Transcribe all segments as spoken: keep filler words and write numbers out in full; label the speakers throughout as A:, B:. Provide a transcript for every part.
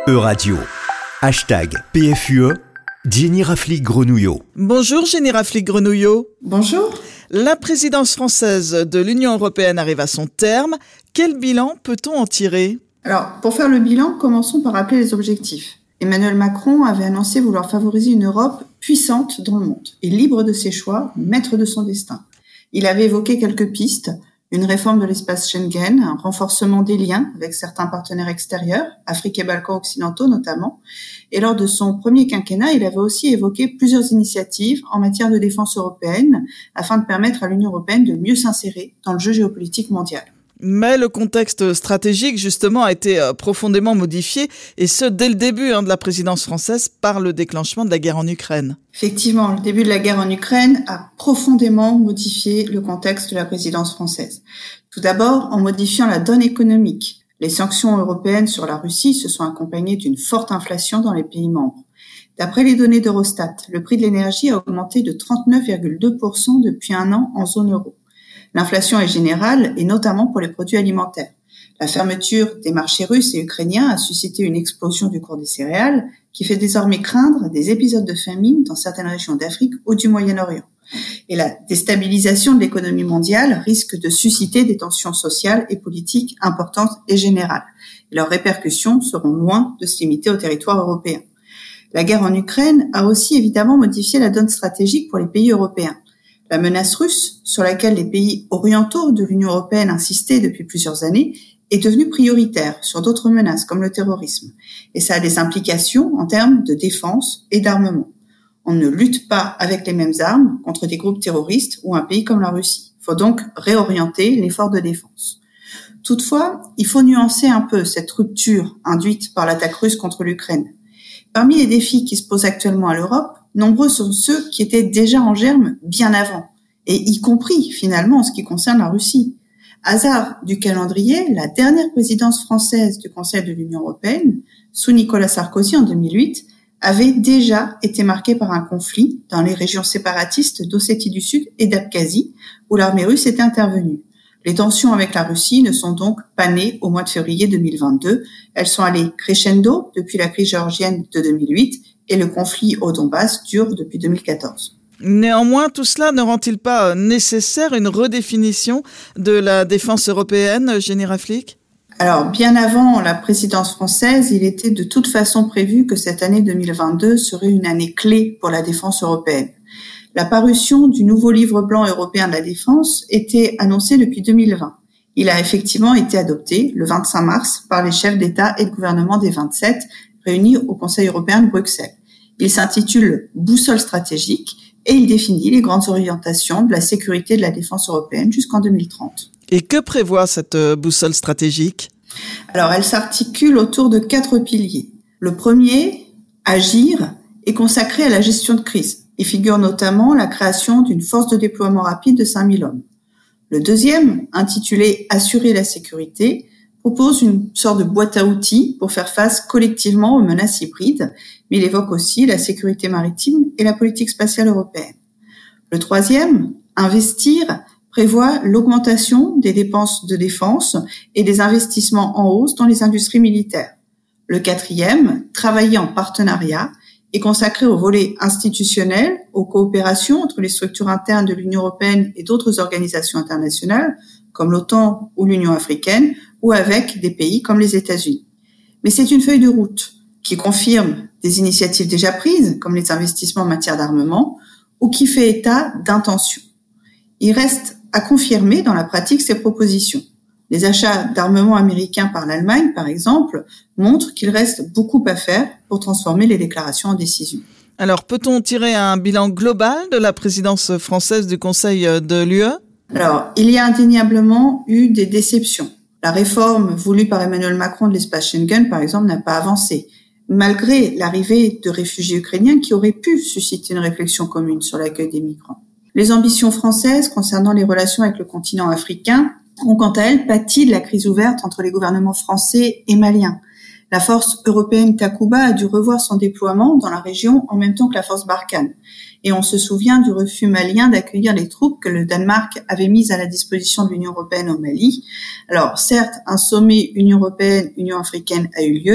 A: E-Radio, hashtag P F U E, Jenny Raflic-Grenouillot.
B: Bonjour Jenny Raflic-Grenouillot.
C: Bonjour.
B: La présidence française de l'Union européenne arrive à son terme. Quel bilan peut-on en tirer ?
C: Alors, pour faire le bilan, commençons par rappeler les objectifs. Emmanuel Macron avait annoncé vouloir favoriser une Europe puissante dans le monde et libre de ses choix, maître de son destin. Il avait évoqué quelques pistes, une réforme de l'espace Schengen, un renforcement des liens avec certains partenaires extérieurs, Afrique et Balkans occidentaux notamment. Et lors de son premier quinquennat, il avait aussi évoqué plusieurs initiatives en matière de défense européenne afin de permettre à l'Union européenne de mieux s'insérer dans le jeu géopolitique mondial.
B: Mais le contexte stratégique, justement, a été profondément modifié, et ce, dès le début hein, de la présidence française, par le déclenchement de la guerre en Ukraine.
C: Effectivement, le début de la guerre en Ukraine a profondément modifié le contexte de la présidence française. Tout d'abord, en modifiant la donne économique. Les sanctions européennes sur la Russie se sont accompagnées d'une forte inflation dans les pays membres. D'après les données d'Eurostat, le prix de l'énergie a augmenté de trente-neuf virgule deux pour cent depuis un an en zone euro. L'inflation est générale, et notamment pour les produits alimentaires. La fermeture des marchés russes et ukrainiens a suscité une explosion du cours des céréales, qui fait désormais craindre des épisodes de famine dans certaines régions d'Afrique ou du Moyen-Orient. Et la déstabilisation de l'économie mondiale risque de susciter des tensions sociales et politiques importantes et générales. Et leurs répercussions seront loin de se limiter au territoire européen. La guerre en Ukraine a aussi évidemment modifié la donne stratégique pour les pays européens. La menace russe, sur laquelle les pays orientaux de l'Union européenne insistaient depuis plusieurs années, est devenue prioritaire sur d'autres menaces comme le terrorisme. Et ça a des implications en termes de défense et d'armement. On ne lutte pas avec les mêmes armes contre des groupes terroristes ou un pays comme la Russie. Il faut donc réorienter l'effort de défense. Toutefois, il faut nuancer un peu cette rupture induite par l'attaque russe contre l'Ukraine. Parmi les défis qui se posent actuellement à l'Europe, nombreux sont ceux qui étaient déjà en germe bien avant, et y compris finalement en ce qui concerne la Russie. Hasard du calendrier, la dernière présidence française du Conseil de l'Union européenne, sous Nicolas Sarkozy en deux mille huit, avait déjà été marquée par un conflit dans les régions séparatistes d'Ossétie du Sud et d'Abkhazie, où l'armée russe était intervenue. Les tensions avec la Russie ne sont donc pas nées au mois de février deux mille vingt-deux. Elles sont allées crescendo depuis la crise géorgienne de deux mille huit et le conflit au Donbass dure depuis deux mille quatorze.
B: Néanmoins, tout cela ne rend-il pas nécessaire une redéfinition de la défense européenne, Jenny Raflic ?
C: Alors, bien avant la présidence française, il était de toute façon prévu que cette année deux mille vingt-deux serait une année clé pour la défense européenne. La parution du nouveau livre blanc européen de la défense était annoncée depuis deux mille vingt. Il a effectivement été adopté le vingt-cinq mars par les chefs d'État et de gouvernement des vingt-sept réunis au Conseil européen de Bruxelles. Il s'intitule « Boussole stratégique » et il définit les grandes orientations de la sécurité et de la défense européenne jusqu'en deux mille trente.
B: Et que prévoit cette boussole stratégique ?
C: Alors, elle s'articule autour de quatre piliers. Le premier, agir, est consacré à la gestion de crise. Il figure notamment la création d'une force de déploiement rapide de cinq mille hommes. Le deuxième, intitulé « Assurer la sécurité », propose une sorte de boîte à outils pour faire face collectivement aux menaces hybrides, mais il évoque aussi la sécurité maritime et la politique spatiale européenne. Le troisième, investir, prévoit l'augmentation des dépenses de défense et des investissements en hausse dans les industries militaires. Le quatrième, travailler en partenariat, est consacré au volet institutionnel, aux coopérations entre les structures internes de l'Union européenne et d'autres organisations internationales, comme l'OTAN ou l'Union africaine, ou avec des pays comme les États-Unis. Mais c'est une feuille de route qui confirme des initiatives déjà prises, comme les investissements en matière d'armement, ou qui fait état d'intentions. Il reste à confirmer dans la pratique ces propositions. Les achats d'armement américains par l'Allemagne, par exemple, montrent qu'il reste beaucoup à faire pour transformer les déclarations en décisions.
B: Alors, peut-on tirer un bilan global de la présidence française du Conseil de l'U E ?
C: Alors, il y a indéniablement eu des déceptions. La réforme voulue par Emmanuel Macron de l'espace Schengen, par exemple, n'a pas avancé, malgré l'arrivée de réfugiés ukrainiens qui auraient pu susciter une réflexion commune sur l'accueil des migrants. Les ambitions françaises concernant les relations avec le continent africain ont quant à elles pâti de la crise ouverte entre les gouvernements français et maliens. La force européenne Takuba a dû revoir son déploiement dans la région en même temps que la force Barkhane. Et on se souvient du refus malien d'accueillir les troupes que le Danemark avait mises à la disposition de l'Union européenne au Mali. Alors certes, un sommet Union européenne-Union africaine a eu lieu,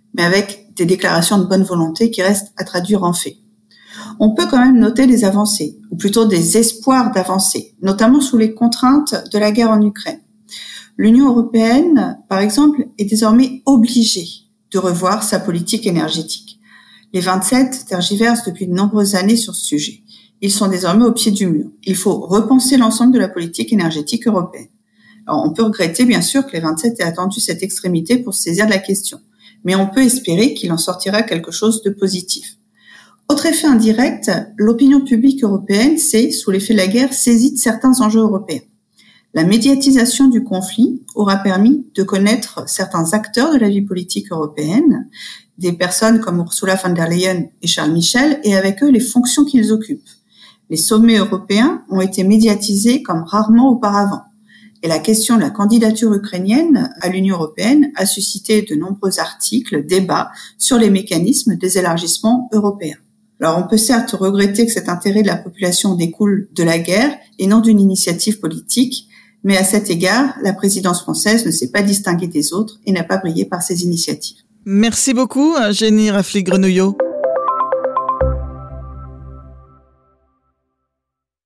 C: mais avec des déclarations de bonne volonté qui restent à traduire en faits. On peut quand même noter des avancées, ou plutôt des espoirs d'avancées, notamment sous les contraintes de la guerre en Ukraine. L'Union européenne, par exemple, est désormais obligée de revoir sa politique énergétique. Les vingt-sept tergiversent depuis de nombreuses années sur ce sujet. Ils sont désormais au pied du mur. Il faut repenser l'ensemble de la politique énergétique européenne. Alors, on peut regretter, bien sûr, que les vingt-sept aient attendu cette extrémité pour se saisir de la question, mais on peut espérer qu'il en sortira quelque chose de positif. Autre effet indirect, l'opinion publique européenne s'est, sous l'effet de la guerre, saisie de certains enjeux européens. La médiatisation du conflit aura permis de connaître certains acteurs de la vie politique européenne, des personnes comme Ursula von der Leyen et Charles Michel, et avec eux les fonctions qu'ils occupent. Les sommets européens ont été médiatisés comme rarement auparavant. Et la question de la candidature ukrainienne à l'Union européenne a suscité de nombreux articles, débats sur les mécanismes des élargissements européens. Alors on peut certes regretter que cet intérêt de la population découle de la guerre et non d'une initiative politique, mais à cet égard, la présidence française ne s'est pas distinguée des autres et n'a pas brillé par ses initiatives.
B: Merci beaucoup, Jenny Rafli-Grenouillot.